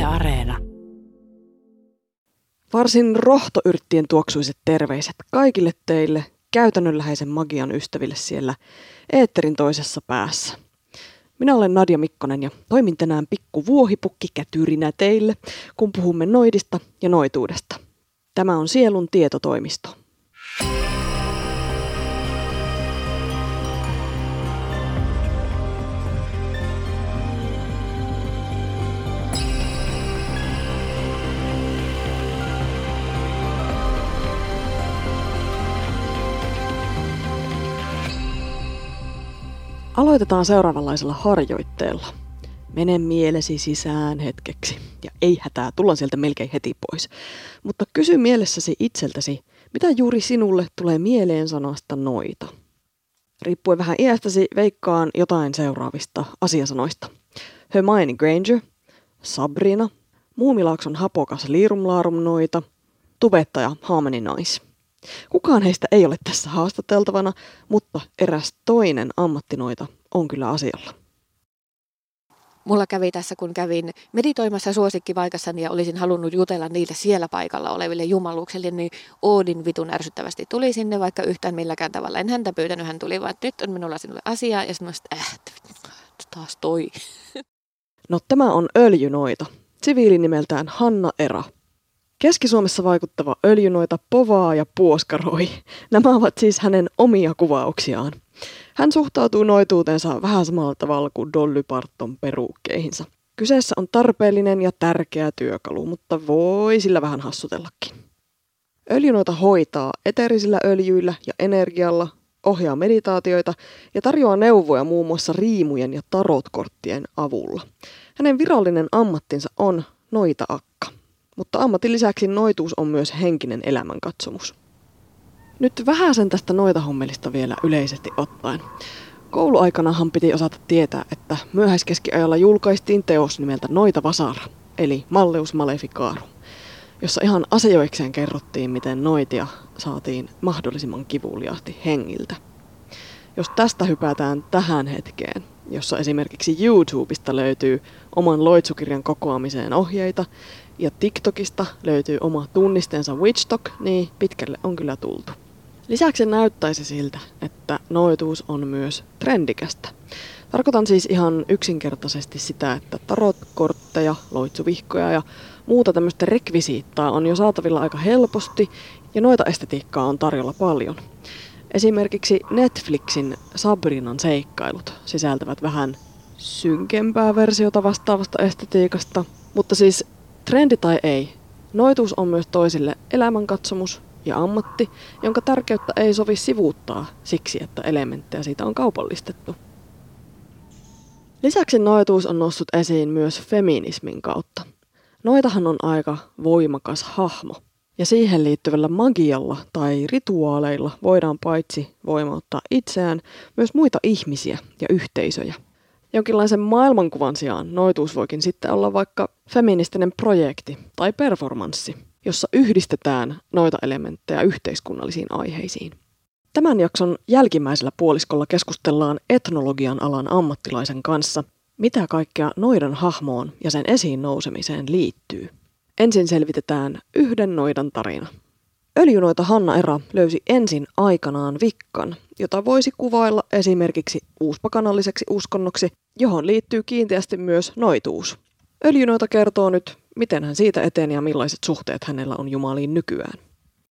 Areena. Varsin rohtoyrttien tuoksuiset terveiset kaikille teille käytännönläheisen magian ystäville siellä eetterin toisessa päässä. Minä olen Nadia Mikkonen ja toimin tänään pikku vuohipukkikätyrinä teille, kun puhumme noidista ja noituudesta. Tämä on Sielun tietotoimisto. Aloitetaan seuraavanlaisella harjoitteella. Mene mielesi sisään hetkeksi. Ja ei hätää, tullaan sieltä melkein heti pois. Mutta kysy mielessäsi itseltäsi, mitä juuri sinulle tulee mieleen sanasta noita. Riippuen vähän iästäsi, veikkaan jotain seuraavista asiasanoista. Hermione Granger, Sabrina, Muumilaakson hapokas liirumlaarum noita, tubettaja Harmony Nice. Kukaan heistä ei ole tässä haastateltavana, mutta eräs toinen ammattinoita on kyllä asialla. Mulla kävi tässä, kun kävin meditoimassa suosikkipaikassani ja olisin halunnut jutella niille siellä paikalla oleville jumaluuksille, niin Oodin vitun ärsyttävästi tuli sinne, vaikka yhtään milläkään tavalla. En häntä pyytänyt, hän tuli vaan, että nyt on minulla sinulle asiaa ja sanoin, että taas toi. No tämä on öljynoita, siviilinimeltään Hanna Era. Keski-Suomessa vaikuttava öljynoita povaa ja puoskaroi. Nämä ovat siis hänen omia kuvauksiaan. Hän suhtautuu noituuteensa vähän samalla tavalla kuin Dolly Parton peruukkeihinsa. Kyseessä on tarpeellinen ja tärkeä työkalu, mutta voi sillä vähän hassutellakin. Öljynoita hoitaa eteerisillä öljyillä ja energialla, ohjaa meditaatioita ja tarjoaa neuvoja muun muassa riimujen ja tarotkorttien avulla. Hänen virallinen ammattinsa on noita-akka. Mutta ammatin lisäksi noituus on myös henkinen elämänkatsomus. Nyt vähäsen tästä noitahommelista vielä yleisesti ottaen. Kouluaikanahan piti osata tietää, että myöhäiskeskiajalla julkaistiin teos nimeltä Noita Vasara, eli Malleus Maleficarum, jossa ihan asioikseen kerrottiin, miten noitia saatiin mahdollisimman kivuliaasti hengiltä. Jos tästä hypätään tähän hetkeen, jossa esimerkiksi YouTubesta löytyy oman loitsukirjan kokoamiseen ohjeita, ja TikTokista löytyy oma tunnisteensa WitchTok, niin pitkälle on kyllä tultu. Lisäksi näyttäisi siltä, että noituus on myös trendikästä. Tarkoitan siis ihan yksinkertaisesti sitä, että tarotkortteja, loitsuvihkoja ja muuta tämmöistä rekvisiittaa on jo saatavilla aika helposti ja noita estetiikkaa on tarjolla paljon. Esimerkiksi Netflixin Sabrinan seikkailut sisältävät vähän synkempää versiota vastaavasta estetiikasta, mutta siis trendi tai ei, noituus on myös toisille elämänkatsomus ja ammatti, jonka tärkeyttä ei sovi sivuuttaa siksi, että elementtejä siitä on kaupallistettu. Lisäksi noituus on noussut esiin myös feminismin kautta. Noitahan on aika voimakas hahmo, ja siihen liittyvällä magialla tai rituaaleilla voidaan paitsi voimauttaa itseään, myös muita ihmisiä ja yhteisöjä. Jonkinlaisen maailmankuvan sijaan noituus voikin sitten olla vaikka feministinen projekti tai performanssi, jossa yhdistetään noita elementtejä yhteiskunnallisiin aiheisiin. Tämän jakson jälkimmäisellä puoliskolla keskustellaan etnologian alan ammattilaisen kanssa, mitä kaikkea noidan hahmoon ja sen esiin nousemiseen liittyy. Ensin selvitetään yhden noidan tarina. Öljynoita Hanna Era löysi ensin aikanaan vikkan, jota voisi kuvailla esimerkiksi uuspakanalliseksi uskonnoksi, johon liittyy kiinteästi myös noituus. Öljynoita kertoo nyt, miten hän siitä eteni ja millaiset suhteet hänellä on Jumaliin nykyään.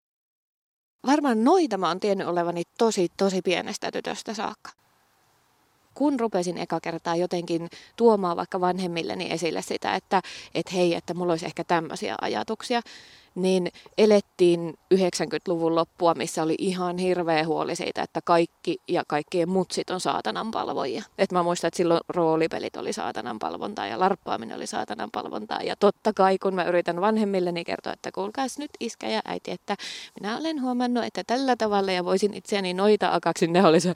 Varmaan noita mä oon tiennyt olevani tosi pienestä tytöstä saakka. Kun rupesin eka kertaa jotenkin tuomaan vaikka vanhemmilleni esille sitä, että hei, että mulla olisi ehkä tämmöisiä ajatuksia, niin elettiin 90-luvun loppua, missä oli ihan hirveä huoli siitä, että kaikki ja kaikkien mutsit on saatanan palvojia. Et mä muistan, että silloin roolipelit oli saatanan palvontaa ja larppaaminen oli saatanan palvontaa. Ja totta kai, kun mä yritän vanhemmilleni kertoa, että kuulkaas nyt iskä ja äiti, että minä olen huomannut, että tällä tavalla ja voisin itseäni noita akaksi, ne oli se,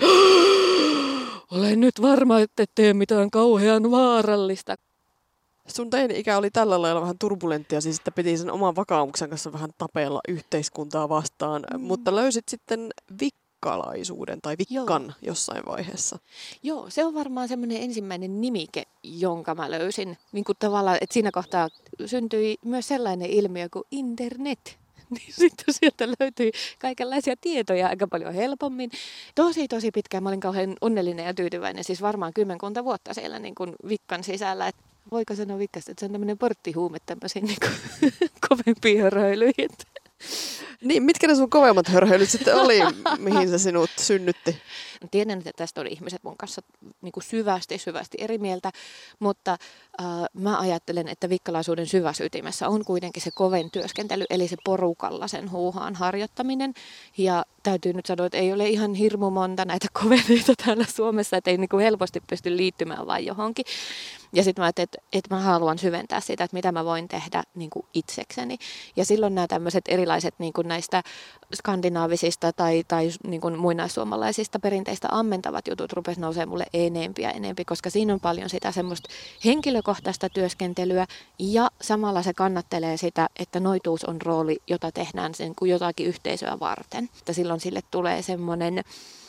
olen nyt varma, että tee mitään kauhean vaarallista. Sun teini-ikä oli tällä lailla vähän turbulenttia, siis että piti sen oman vakaumuksen kanssa vähän tapella yhteiskuntaa vastaan, mutta löysit sitten vikkalaisuuden tai vikkan jossain vaiheessa. Joo, se on varmaan semmoinen ensimmäinen nimike, jonka mä löysin. Niin kuin tavallaan, että siinä kohtaa syntyi myös sellainen ilmiö kuin internet. Niin sitten sieltä löytyi kaikenlaisia tietoja aika paljon helpommin. Tosi pitkään mä olin kauhean onnellinen ja tyytyväinen, siis varmaan 10 vuotta siellä niin kuin vikkan sisällä. Et voiko sanoa vikkasta, että se on tämmöinen porttihuume tämmöisiin niin kuin kovempiin hörhöilyihin. Niin, mitkä ne sun kovemmat hörhöilyt sitten oli, mihin se sinut synnytti? Tiedän, että tästä oli ihmiset mun kanssa niin kuin syvästi eri mieltä, mutta mä ajattelen, että vikkalaisuuden syväsytimessä on kuitenkin se koven työskentely, eli se porukalla sen huuhaan harjoittaminen. Ja täytyy nyt sanoa, että ei ole ihan hirmu monta näitä koveneita täällä Suomessa, että ei niin kuin helposti pysty liittymään vain johonkin. Ja sitten mä ajattelin, että mä haluan syventää sitä, että mitä mä voin tehdä niin kuin itsekseni. Ja silloin nämä tämmöiset erilaiset niin kuin näistä skandinaavisista tai niin kuin muinaissuomalaisista perinteistä ammentavat jutut rupesi nousemaan mulle enempi, koska siinä on paljon sitä semmoista henkilökohtaista työskentelyä ja samalla se kannattelee sitä, että noituus on rooli, jota tehdään sen kuin jotakin yhteisöä varten. Että silloin sille tulee semmoinen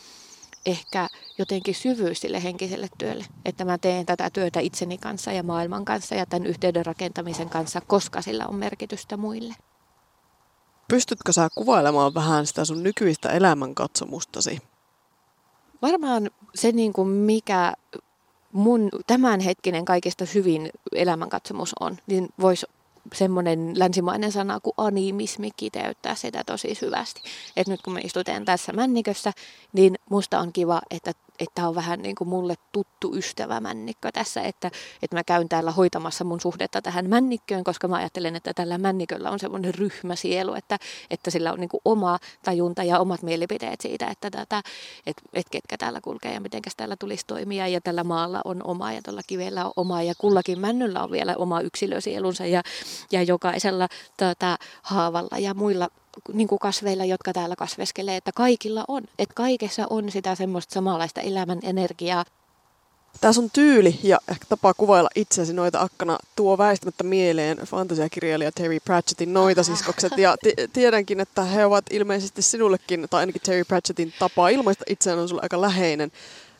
ehkä jotenkin syvyys sille henkiselle työlle, että mä teen tätä työtä itseni kanssa ja maailman kanssa ja tämän yhteyden rakentamisen kanssa, koska sillä on merkitystä muille. Pystytkö sä kuvailemaan vähän sitä sun nykyistä elämänkatsomustasi? Varmaan se, niin kuin mikä mun tämänhetkinen kaikista hyvin elämänkatsomus on, niin voisi semmoinen länsimainen sana kuin animismi kiteyttää sitä tosi syvästi. Et nyt kun me istutaan tässä männikössä, niin musta on kiva, että on vähän niin kuin mulle tuttu ystävä männikkö tässä, että mä käyn täällä hoitamassa mun suhdetta tähän männikköön, koska mä ajattelen, että tällä männiköllä on semmoinen ryhmäsielu, että sillä on niin kuin oma tajunta ja omat mielipiteet siitä, että ketkä täällä kulkee ja mitenkäs täällä tulisi toimia ja tällä maalla on oma ja tällä kivellä on oma ja kullakin männyllä on vielä oma yksilösielunsa ja jokaisella haavalla ja muilla niin kuin kasveilla, jotka täällä kasveskelee, että kaikilla on. Että kaikessa on sitä semmoista samanlaista elämän energiaa. Tämä sun tyyli ja ehkä tapa kuvailla itsesi Noita akkana tuo väistämättä mieleen fantasiakirjailija Terry Pratchettin Noita-siskokset. Ja tiedänkin, että he ovat ilmeisesti sinullekin, tai ainakin Terry Pratchettin tapa ilmaista itseään on sulle aika läheinen.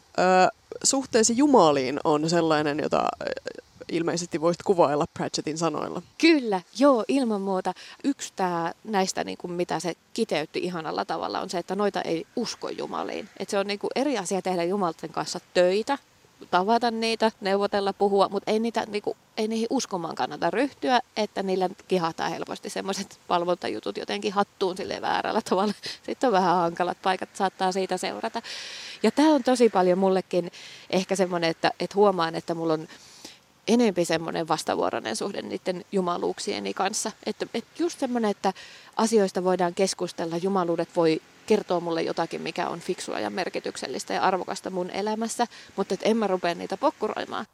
Suhteesi Jumaliin on sellainen, jota ilmeisesti voisit kuvailla Pratchettin sanoilla. Kyllä, joo, ilman muuta. Yksi näistä, niin kuin mitä se kiteytti ihanalla tavalla, on se, että noita ei usko Jumaliin. Että se on niin kuin eri asia tehdä Jumalten kanssa töitä, tavata niitä, neuvotella, puhua, mutta ei niihin uskomaan kannata ryhtyä, että niillä kihahtaa helposti semmoiset valvontajutut jotenkin hattuun sille väärällä tavalla. Sitten on vähän hankalat paikat, saattaa siitä seurata. Ja tämä on tosi paljon mullekin ehkä semmoinen, että huomaan, että mulla on enempi semmoinen vastavuoroinen suhde niiden jumaluuksieni kanssa. Että just semmoinen, että asioista voidaan keskustella, jumaluudet voi kertoo mulle jotakin, mikä on fiksua ja merkityksellistä ja arvokasta mun elämässä, mutta en mä rupea niitä pokkuroimaan.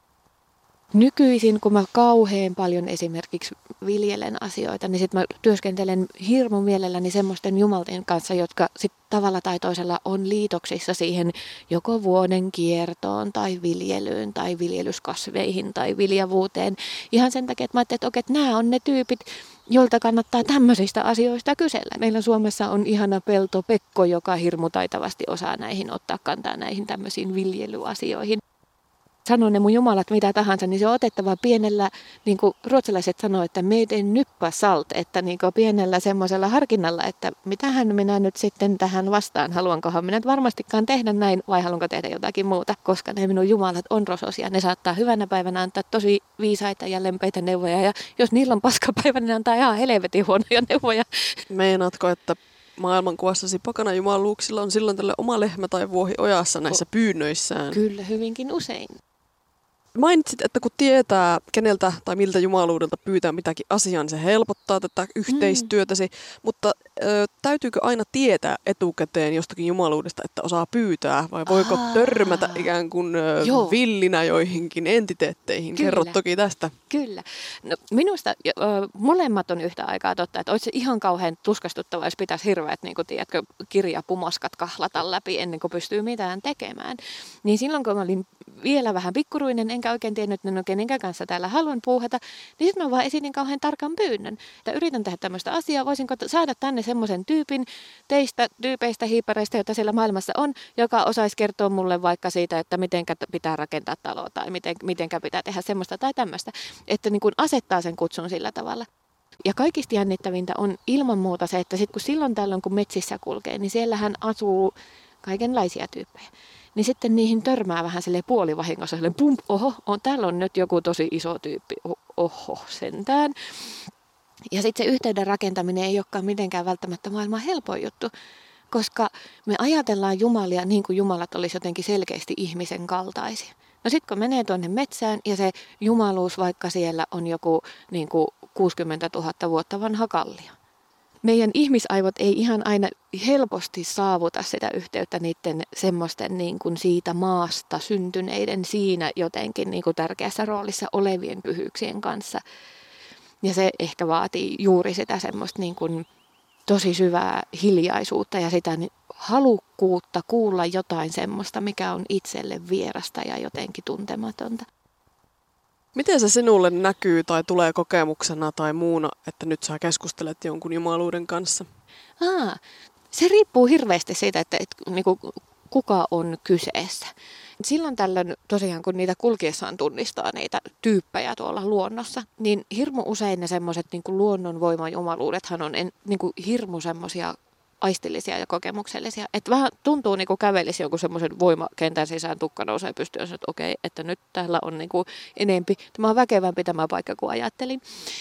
Nykyisin, kun mä kauhean paljon esimerkiksi viljelen asioita, niin sit mä työskentelen hirmun mielelläni semmoisten jumalten kanssa, jotka sit tavalla tai toisella on liitoksissa siihen joko vuoden kiertoon tai viljelyyn tai viljelyskasveihin tai viljavuuteen. Ihan sen takia, että mä ajattelin, että nämä on ne tyypit, joilta kannattaa tämmöisistä asioista kysellä. Meillä Suomessa on ihana pelto Pekko, joka hirmu taitavasti osaa näihin ottaa kantaa näihin tämmöisiin viljelyasioihin. Sanoo ne mun jumalat mitä tahansa, niin se on otettava pienellä, niin kuin ruotsalaiset sanoo, että meidän nyppä salt, että niin kuin pienellä semmoisella harkinnalla, että mitähän minä nyt sitten tähän vastaan, haluankohan minä nyt varmastikaan tehdä näin vai haluanko tehdä jotakin muuta, koska ne minun jumalat on rososia, ne saattaa hyvänä päivänä antaa tosi viisaita ja lempeitä neuvoja ja jos niillä on paskapäivä, niin ne antaa ihan helvetin huonoja neuvoja. Meinaatko, että maailmankuvassasi pakana jumaluuksilla on silloin tälle oma lehmä tai vuohi ojassa näissä pyynnöissään? Kyllä, hyvinkin usein. Mainitsit, että kun tietää keneltä tai miltä jumaluudelta pyytää mitäkin asiaa, niin se helpottaa tätä yhteistyötäsi. Mutta täytyykö aina tietää etukäteen jostakin jumaluudesta, että osaa pyytää? Vai voiko törmätä ikään kuin villinä joihinkin entiteetteihin? Kyllä. Kerro toki tästä. Kyllä. No, minusta molemmat on yhtä aikaa totta. Että olisi se ihan kauhean tuskastuttavaa, jos pitäisi hirveät niin kuin, tiedätkö, kirjapumaskat kahlata läpi ennen kuin pystyy mitään tekemään. Niin silloin kun mä olin vielä vähän pikkuruinen, enkä enkä oikein tiennyt, että no kenenkään kanssa täällä haluan puuhata, niin sitten mä vaan esitin kauhean tarkan pyynnön, että yritän tehdä tämmöistä asiaa, voisinko saada tänne semmoisen tyypin teistä, tyypeistä, hiippareista, joita siellä maailmassa on, joka osaisi kertoa mulle vaikka siitä, että miten pitää rakentaa taloa tai miten pitää tehdä semmoista tai tämmöistä, että niin kuin asettaa sen kutsun sillä tavalla. Ja kaikista jännittävintä on ilman muuta se, että sit kun silloin tällöin kun metsissä kulkee, niin siellähän asuu kaikenlaisia tyyppejä. Niin sitten niihin törmää vähän silleen puolivahingossa, silleen pump, täällä on nyt joku tosi iso tyyppi, oho, sentään. Ja sitten se yhteyden rakentaminen ei olekaan mitenkään välttämättä maailman helpoin juttu, koska me ajatellaan jumalia niin kuin jumalat olisi jotenkin selkeästi ihmisen kaltaisia. No sitten kun menee tuonne metsään ja se jumaluus vaikka siellä on joku niin kuin 60 000 vuotta vanha kallio. Meidän ihmisaivot ei ihan aina helposti saavuta sitä yhteyttä niiden semmoisten niin kuin siitä maasta syntyneiden siinä jotenkin niin kuin tärkeässä roolissa olevien pyhyyksien kanssa. Ja se ehkä vaatii juuri sitä semmoista niin kuin tosi syvää hiljaisuutta ja sitä halukkuutta kuulla jotain semmoista, mikä on itselle vierasta ja jotenkin tuntematonta. Miten se sinulle näkyy tai tulee kokemuksena tai muuna, että nyt sä keskustelet jonkun jumaluuden kanssa? Se riippuu hirveästi siitä, että niinku, kuka on kyseessä. Silloin tällöin tosiaan, kun niitä kulkiessaan tunnistaa niitä tyyppejä tuolla luonnossa, niin hirmu usein ne semmoiset niinku luonnonvoimajumaluudethan on niinku hirmu semmoisia aistillisia ja kokemuksellisia. Että vähän tuntuu niin kuin kävelisi jonkun semmoisen voimakentän sisään, tukka nousee pystyyn, että okei, että nyt täällä on niin kuin enempi. Tämä on väkevämpi tämä paikka kuin ajattelin.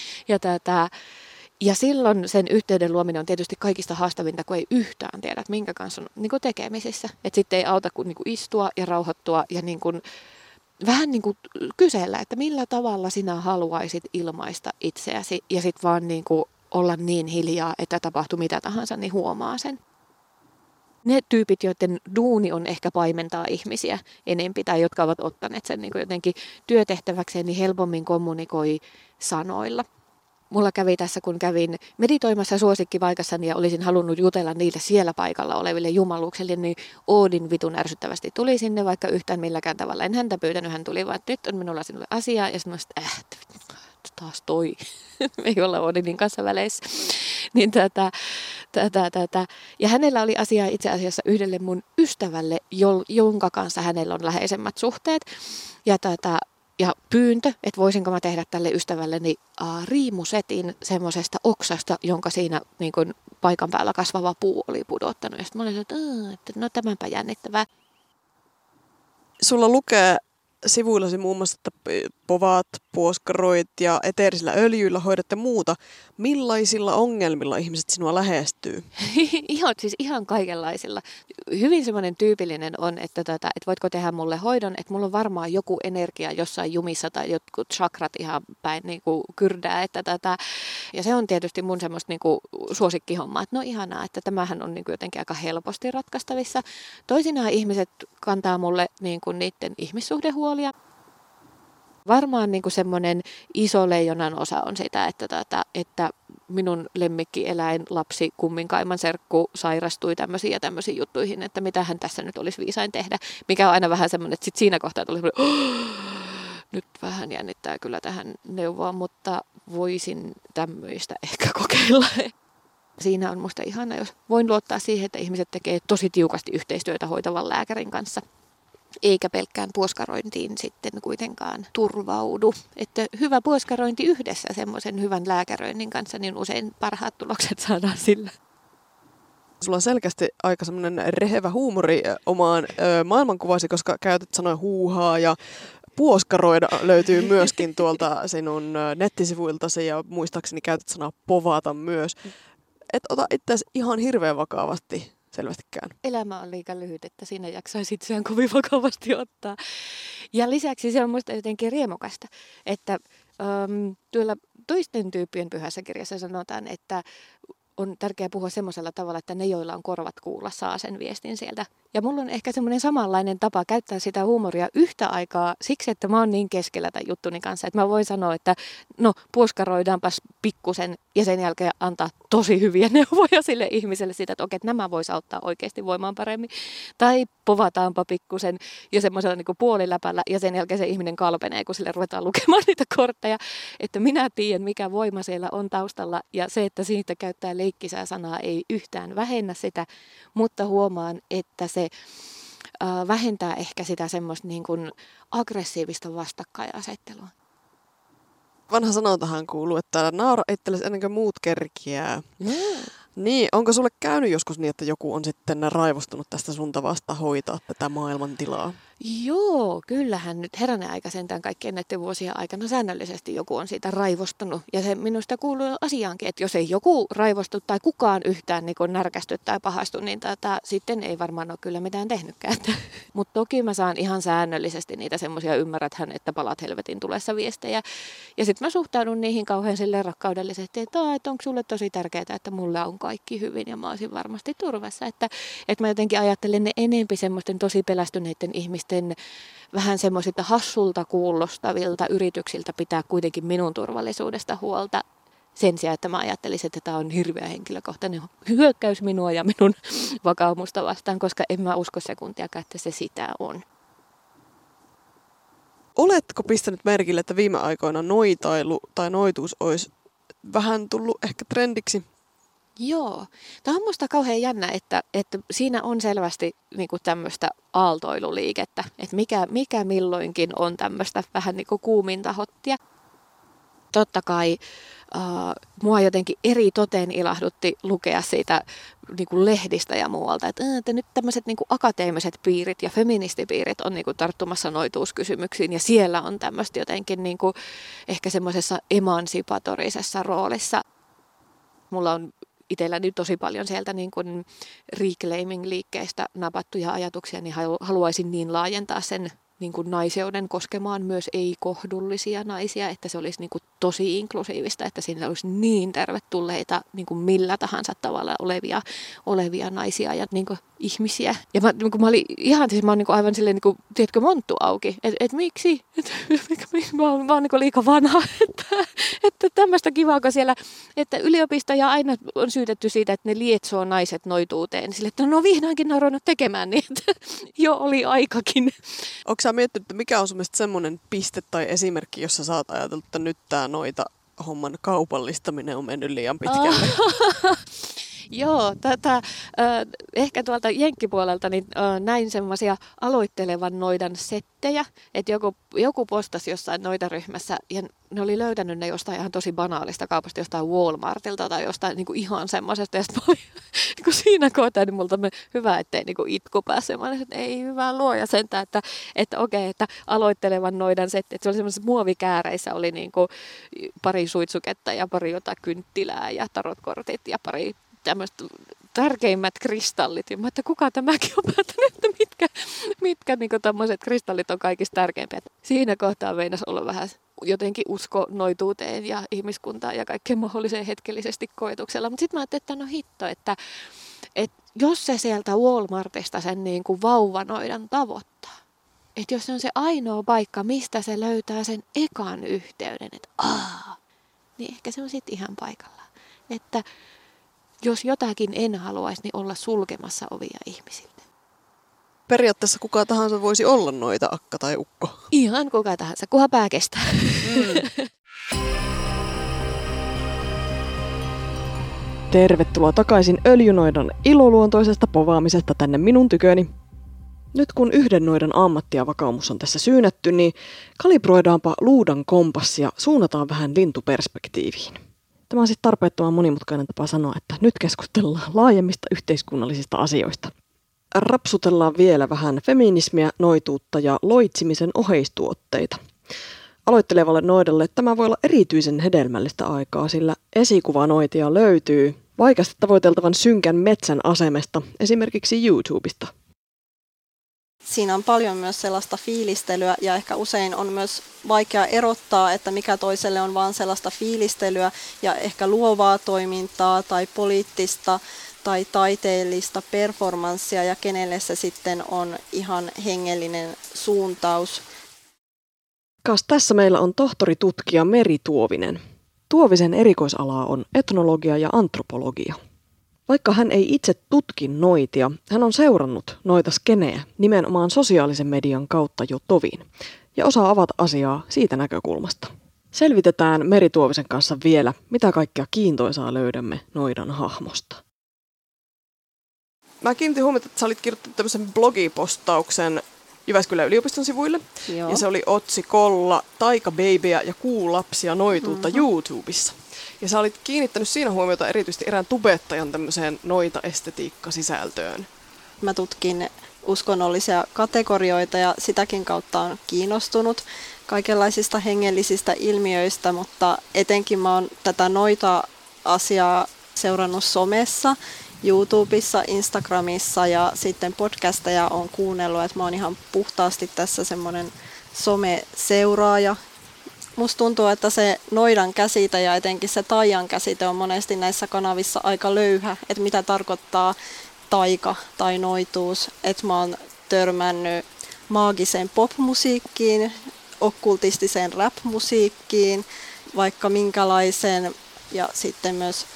Ja silloin sen yhteyden luominen on tietysti kaikista haastavinta, kun ei yhtään tiedä, että minkä kanssa on niin kuin tekemisissä. Että sitten ei auta kuin, istua ja rauhoittua ja niin kuin, vähän niin kuin kysellä, että millä tavalla sinä haluaisit ilmaista itseäsi ja sitten vaan niin kuin olla niin hiljaa, että tapahtuu mitä tahansa, niin huomaa sen. Ne tyypit, joiden duuni on ehkä paimentaa ihmisiä enempi tai jotka ovat ottaneet sen niin kuin jotenkin työtehtäväkseen, niin helpommin kommunikoi sanoilla. Mulla kävi tässä, kun kävin meditoimassa suosikkipaikassani ja olisin halunnut jutella niille siellä paikalla oleville jumaluuksille, niin Oodin vitun ärsyttävästi tuli sinne, vaikka yhtään milläkään tavalla. En häntä pyytänyt, hän tuli vaan, että nyt on minulla sinulle asiaa ja sanoin, että taas toi, me ei olla Oodinin kanssa väleissä. Niin Ja hänellä oli asiaa itse asiassa yhdelle mun ystävälle, jonka kanssa hänellä on läheisemmät suhteet. Ja pyyntö, että voisinko mä tehdä tälle ystävälleni riimusetin semmoisesta oksasta, jonka siinä niin kun paikan päällä kasvava puu oli pudottanut. Ja sitten mä olin, että no tämänpä jännittävää. Sulla lukee sivuillasi muun muassa, että povaat, puoskaroit ja eteerisillä öljyillä hoidatte muuta. Millaisilla ongelmilla ihmiset sinua lähestyy? Ihan kaikenlaisilla. Hyvin semmoinen tyypillinen on, että voitko tehdä mulle hoidon, että mulla on varmaan joku energia jossain jumissa tai jotkut chakrat ihan päin niin kuin kyrdää. Ja se on tietysti mun semmoista niin kuin suosikkihommaa, että no ihanaa, että tämähän on niin kuin jotenkin aika helposti ratkaistavissa. Toisinaan ihmiset kantaa mulle niin kuin niiden ihmissuhdehuolia. Varmaan niin kuin semmoinen iso leijonan osa on sitä, että minun lemmikkieläin, lapsi, kumminkaiman serkku sairastui tämmöisiin ja tämmöisiin juttuihin, että mitähän tässä nyt olisi viisain tehdä. Mikä on aina vähän semmoinen, että sit siinä kohtaa tuli nyt vähän jännittää kyllä tähän neuvoa, mutta voisin tämmöistä ehkä kokeilla. Siinä on musta ihana, jos voin luottaa siihen, että ihmiset tekee tosi tiukasti yhteistyötä hoitavan lääkärin kanssa. Eikä pelkkään puoskarointiin sitten kuitenkaan turvaudu. Että hyvä puoskarointi yhdessä semmoisen hyvän lääkäröinnin kanssa, niin usein parhaat tulokset saadaan sillä. Sulla on selkeästi aika semmoinen rehevä huumori omaan maailmankuvasi, koska käytät sanoja huuhaa ja puoskaroida löytyy myöskin tuolta sinun nettisivuiltasi ja muistaakseni käytät sanaa povata myös. Et ota itseäsi ihan hirveän vakavasti. Selvästikään. Elämä on liian lyhyt, että siinä jaksaisi itseään kovin vakavasti ottaa. Ja lisäksi se on musta jotenkin riemukasta, että tuolla toisten tyyppien pyhässä kirjassa sanotaan, että on tärkeää puhua semmoisella tavalla, että ne, joilla on korvat kuulla, saa sen viestin sieltä. Ja mulla on ehkä semmoinen samanlainen tapa käyttää sitä huumoria yhtä aikaa siksi, että mä oon niin keskellä tämän juttuni kanssa, että mä voin sanoa, että no puoskaroidaanpas pikkusen ja sen jälkeen antaa tosi hyviä neuvoja sille ihmiselle siitä, että okei, että nämä vois auttaa oikeasti voimaan paremmin. Tai povataanpa pikkusen ja semmoisella niin kuin puoliläpällä ja sen jälkeen se ihminen kalpenee, kun sille ruvetaan lukemaan niitä kortteja, että minä tiedän, mikä voima siellä on taustalla ja se, että siitä käyttää leikkisää sanaa ei yhtään vähennä sitä, mutta huomaan, että se vähentää ehkä sitä semmoista niin kuin aggressiivista vastakkainasettelua. Vanha sanontahan kuuluu, että naura itsellesi ennen kuin muut kerkiää. Niin, onko sulle käynyt joskus niin, että joku on sitten raivostunut tästä sun tavasta hoitaa tätä maailmantilaa? Joo, kyllähän nyt heränä aika sentään kaikkien näiden vuosien aikana säännöllisesti joku on siitä raivostunut. Ja se minusta kuuluu asiaankin, että jos ei joku raivostu tai kukaan yhtään niin närkästy tai pahastu, niin sitten ei varmaan ole kyllä mitään tehnytkään. Mutta toki mä saan ihan säännöllisesti niitä semmoisia ymmärräthän, että palat helvetin tulessa viestejä. Ja sitten mä suhtaudun niihin kauhean silleen rakkaudellisesti, että onko sulle tosi tärkeää, että mulla on kaikki hyvin ja mä olisin varmasti turvassa. Että mä jotenkin ajattelen ne enempi semmoisten tosi pelästyneiden ihmisten vähän semmoisilta hassulta kuulostavilta yrityksiltä pitää kuitenkin minun turvallisuudesta huolta sen sijaan, että mä ajattelisin, että tämä on hirveä henkilökohtainen hyökkäys minua ja minun vakaumusta vastaan, koska en mä usko sekuntiakaan, että se sitä on. Oletko pistänyt merkille, että viime aikoina noitailu tai noituus olisi vähän tullut ehkä trendiksi? Joo. Tämä on musta kauhean jännä, että siinä on selvästi niin kuin tämmöistä aaltoiluliikettä, että mikä milloinkin on tämmöistä vähän niin kuin kuuminta hottia. Totta kai mua jotenkin eri toteen ilahdutti lukea siitä niin kuin lehdistä ja muualta, että nyt tämmöiset niin kuin akateemiset piirit ja feministipiirit on niin kuin tarttumassa noituuskysymyksiin ja siellä on tämmöistä jotenkin niin kuin ehkä semmoisessa emansipatorisessa roolissa. Mulla on itselläni tosi paljon sieltä niin kuin reclaiming-liikkeestä napattuja ajatuksia, niin haluaisin niin laajentaa sen niin kuin naiseuden koskemaan myös ei-kohdullisia naisia, että se olisi niin kuin tosi inklusiivista, että siinä olisi niin tervetulleita niin kuin millä tahansa tavalla olevia naisia ja niin kuin ihmisiä. Ja mä olin ihan siis mä oon niin kuin aivan silleen, niin kuin, tiedätkö, monttu auki, että miksi? Mä oon niin kuin liika vanha, että tämmöistä kivaa, kun siellä, että yliopistoja aina on syytetty siitä, että ne lietsoo naiset noituuteen. Sille, että no vihdoinkin ne on ruvennut tekemään niin, että jo oli aikakin. Onko sä miettinyt, että mikä on sun mielestä semmoinen piste tai esimerkki, jossa sä oot ajatellut, että nyt tää noita homman kaupallistaminen on mennyt liian pitkälle? Joo, ehkä tuolta jenkkipuolelta niin, näin semmoisia aloittelevan noidan settejä, että joku postasi jossain noidaryhmässä ja ne oli löytänyt ne jostain ihan tosi banaalista kaupasta, jostain Walmartilta tai jostain niin kuin ihan semmoisesta. Ja sitten mä olin niin siinä kohtaa, niin multa hyvä, ettei niin kuin itku pääse. Mä olin, että ei hyvää luoja sentään, että okei, että aloittelevan noidan setti. Että se oli semmoisessa muovikääreissä, oli niin kuin pari suitsuketta ja pari jotain kynttilää ja tarotkortit ja pari tämmöiset tärkeimmät kristallit. Ja mä että kuka tämäkin on päättänyt, että mitkä niin tämmöiset kristallit on kaikista tärkeimpiä. Siinä kohtaa meinasi olla vähän jotenkin usko noituuteen ja ihmiskuntaan ja kaikkeen mahdolliseen hetkellisesti koetuksella. Mutta sitten mä ajattelin, että no hitto, että jos se sieltä Walmartista sen niin kuin vauvanoidan tavoittaa, että jos se on se ainoa paikka, mistä se löytää sen ekan yhteyden, että niin ehkä se on sitten ihan paikallaan. Että jos jotakin en haluaisi, niin olla sulkemassa ovia ihmisiltä. Periaatteessa kuka tahansa voisi olla noita akka tai ukko. Ihan kuka tahansa, kunhan pää kestää. Tervetuloa takaisin öljynoidan iloluontoisesta povaamisesta tänne minun tyköni. Nyt kun yhden noidan ammatti ja vakaumus on tässä syynätty, niin kalibroidaanpa luudan kompassi ja suunnataan vähän lintuperspektiiviin. Tämä on sitten tarpeettoman monimutkainen tapa sanoa, että nyt keskustellaan laajemmista yhteiskunnallisista asioista. Rapsutellaan vielä vähän feminismiä, noituutta ja loitsimisen oheistuotteita. Aloittelevalle noidalle tämä voi olla erityisen hedelmällistä aikaa, sillä esikuvanoitia löytyy vaikeasti tavoiteltavan synkän metsän asemesta, esimerkiksi YouTubesta. Siinä on paljon myös sellaista fiilistelyä ja ehkä usein on myös vaikea erottaa, että mikä toiselle on vain sellaista fiilistelyä ja ehkä luovaa toimintaa tai poliittista tai taiteellista performanssia ja kenelle se sitten on ihan hengellinen suuntaus. Kas tässä meillä on tohtoritutkija Meri Tuovinen. Tuovisen erikoisalaa on etnologia ja antropologia. Vaikka hän ei itse tutki noitia, hän on seurannut noita skenejä nimenomaan sosiaalisen median kautta jo tovin ja osaa avata asiaa siitä näkökulmasta. Selvitetään Meri Tuovisen kanssa vielä, mitä kaikkea kiintoisaa löydämme noidan hahmosta. Mä kiinnitin huomiota, että sä olit kirjoittanut tämmöisen blogipostauksen Jyväskylän yliopiston sivuille. Joo. Ja se oli otsikolla Taikababyä ja kuulapsia noituutta YouTubessa. Ja sä olit kiinnittänyt siinä huomiota erityisesti erään tubettajan tämmöiseen noita-estetiikkasisältöön. Mä tutkin uskonnollisia kategorioita ja sitäkin kautta on kiinnostunut kaikenlaisista hengellisistä ilmiöistä, mutta etenkin mä oon tätä noita-asiaa seurannut somessa, YouTubessa, Instagramissa ja sitten podcasteja on kuunnellut, että mä oon ihan puhtaasti tässä semmoinen someseuraaja. Musta tuntuu, että se noidan käsite ja etenkin se taian käsite on monesti näissä kanavissa aika löyhä, että mitä tarkoittaa taika tai noituus. Että mä oon törmännyt maagiseen popmusiikkiin, okkultistiseen rap-musiikkiin, vaikka minkälaisen ja sitten myös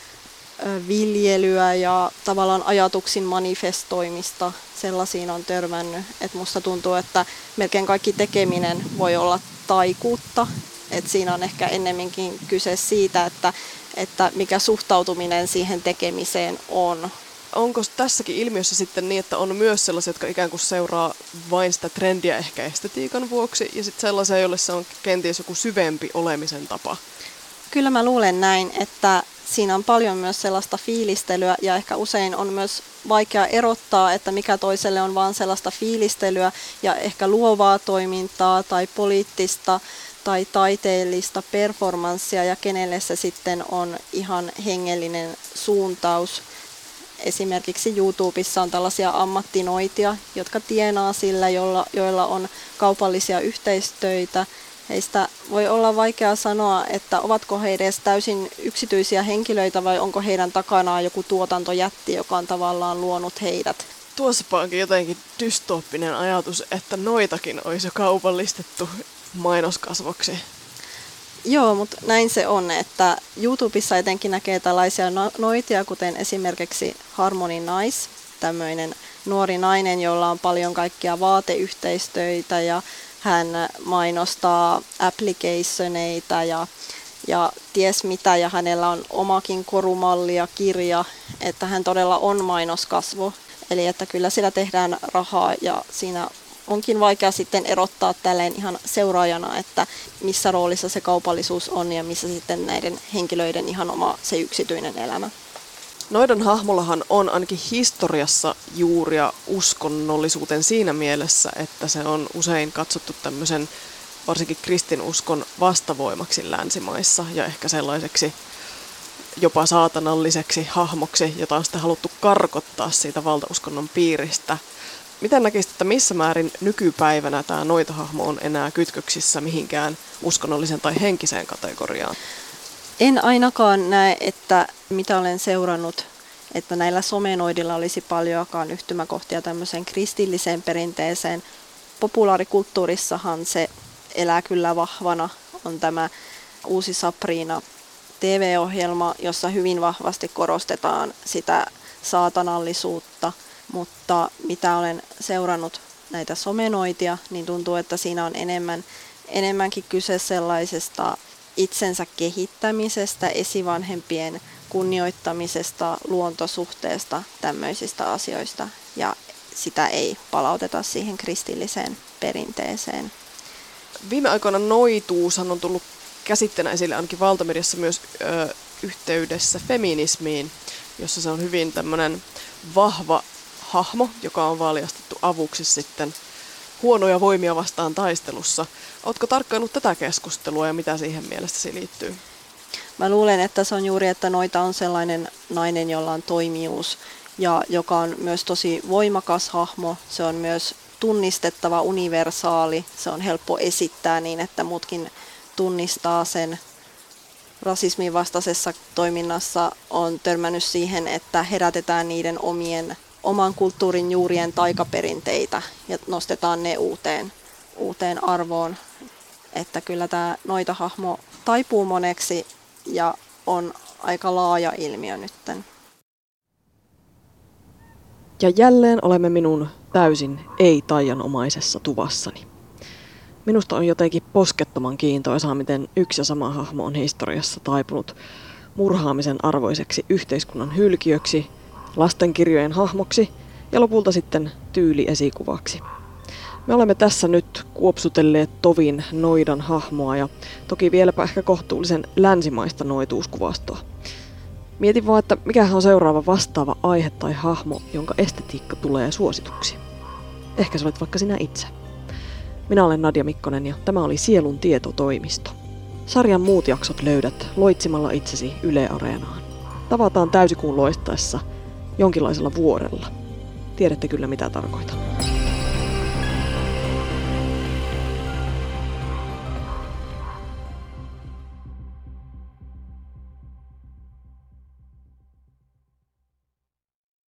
viljelyä ja tavallaan ajatuksin manifestoimista, sellaisiin on törmännyt. Et musta tuntuu, että melkein kaikki tekeminen voi olla taikuutta. Et siinä on ehkä ennemminkin kyse siitä, että mikä suhtautuminen siihen tekemiseen on. Onko tässäkin ilmiössä sitten niin, että on myös sellaisia, jotka ikään kuin seuraa vain sitä trendiä ehkä estetiikan vuoksi, ja sitten sellaisia, joille se on kenties joku syvempi olemisen tapa? Kyllä mä luulen näin, että siinä on paljon myös sellaista fiilistelyä ja ehkä usein on myös vaikea erottaa, että mikä toiselle on vain sellaista fiilistelyä ja ehkä luovaa toimintaa tai poliittista tai taiteellista performanssia ja kenelle se sitten on ihan hengellinen suuntaus. Esimerkiksi YouTubessa on tällaisia ammattinoitia, jotka tienaa sillä, joilla on kaupallisia yhteistöitä. Heistä voi olla vaikea sanoa, että ovatko he edes täysin yksityisiä henkilöitä vai onko heidän takanaan joku tuotantojätti, joka on tavallaan luonut heidät. Tuossapa onkin jotenkin dystooppinen ajatus, että noitakin olisi jo kaupallistettu mainoskasvoksi. Joo, mutta näin se on, että YouTubessa etenkin näkee tällaisia noitia, kuten esimerkiksi Harmony Nice, tämmöinen nuori nainen, jolla on paljon kaikkia vaateyhteistöitä ja hän mainostaa applicationeita ja ties mitä, ja hänellä on omakin korumalli ja kirja, että hän todella on mainoskasvo. Eli että kyllä sillä tehdään rahaa ja siinä onkin vaikea sitten erottaa tälleen ihan seuraajana, että missä roolissa se kaupallisuus on ja missä sitten näiden henkilöiden ihan oma se yksityinen elämä. Noidan hahmollahan on ainakin historiassa juuria uskonnollisuuteen siinä mielessä, että se on usein katsottu tämmöisen varsinkin kristinuskon vastavoimaksi länsimaissa ja ehkä sellaiseksi jopa saatanalliseksi hahmoksi, jota on sitten haluttu karkottaa siitä valtauskonnon piiristä. Miten näkisit, että missä määrin nykypäivänä tämä noitahahmo on enää kytköksissä mihinkään uskonnolliseen tai henkiseen kategoriaan? En ainakaan näe, että mitä olen seurannut, että näillä somenoidilla olisi paljoakaan yhtymäkohtia tämmöiseen kristilliseen perinteeseen. Populaarikulttuurissahan se elää kyllä vahvana. On tämä Uusi Sabrina TV-ohjelma, jossa hyvin vahvasti korostetaan sitä saatanallisuutta, mutta mitä olen seurannut näitä somenoitia, niin tuntuu, että siinä on enemmänkin kyse sellaisesta itsensä kehittämisestä, esivanhempien kunnioittamisesta, luontosuhteesta, tämmöisistä asioista, ja sitä ei palauteta siihen kristilliseen perinteeseen. Viime aikoina noituushan on tullut käsitteenä esille ainakin valtamediassa myös yhteydessä feminismiin, jossa se on hyvin tämmöinen vahva hahmo, joka on valjastettu avuksi sitten huonoja voimia vastaan taistelussa. Ootko tarkkaillut tätä keskustelua ja mitä siihen mielestäsi liittyy? Mä luulen, että se on juuri, että noita on sellainen nainen, jolla on toimijuus ja joka on myös tosi voimakas hahmo. Se on myös tunnistettava, universaali. Se on helppo esittää niin, että muutkin tunnistaa sen. Rasismin vastaisessa toiminnassa on törmännyt siihen, että herätetään niiden oman kulttuurin juurien taikaperinteitä ja nostetaan ne uuteen arvoon. Että kyllä tämä noitahahmo taipuu moneksi ja on aika laaja ilmiö nytten. Ja jälleen olemme minun täysin ei-taianomaisessa tuvassani. Minusta on jotenkin poskettoman kiintoisaa, miten yksi ja sama hahmo on historiassa taipunut murhaamisen arvoiseksi yhteiskunnan hylkiöksi, lastenkirjojen hahmoksi ja lopulta sitten tyyliesikuvaksi. Me olemme tässä nyt kuopsutelleet tovin noidan hahmoa ja toki vieläpä ehkä kohtuullisen länsimaista noituuskuvastoa. Mietin vaan, että mikähän on seuraava vastaava aihe tai hahmo, jonka estetiikka tulee suosituksi. Ehkä sä olet vaikka sinä itse. Minä olen Nadia Mikkonen ja tämä oli Sielun tietotoimisto. Sarjan muut jaksot löydät loitsimalla itsesi Yle Areenaan. Tavataan täysikuun loistaessa jonkinlaisella vuorella. Tiedätte kyllä mitä tarkoitan.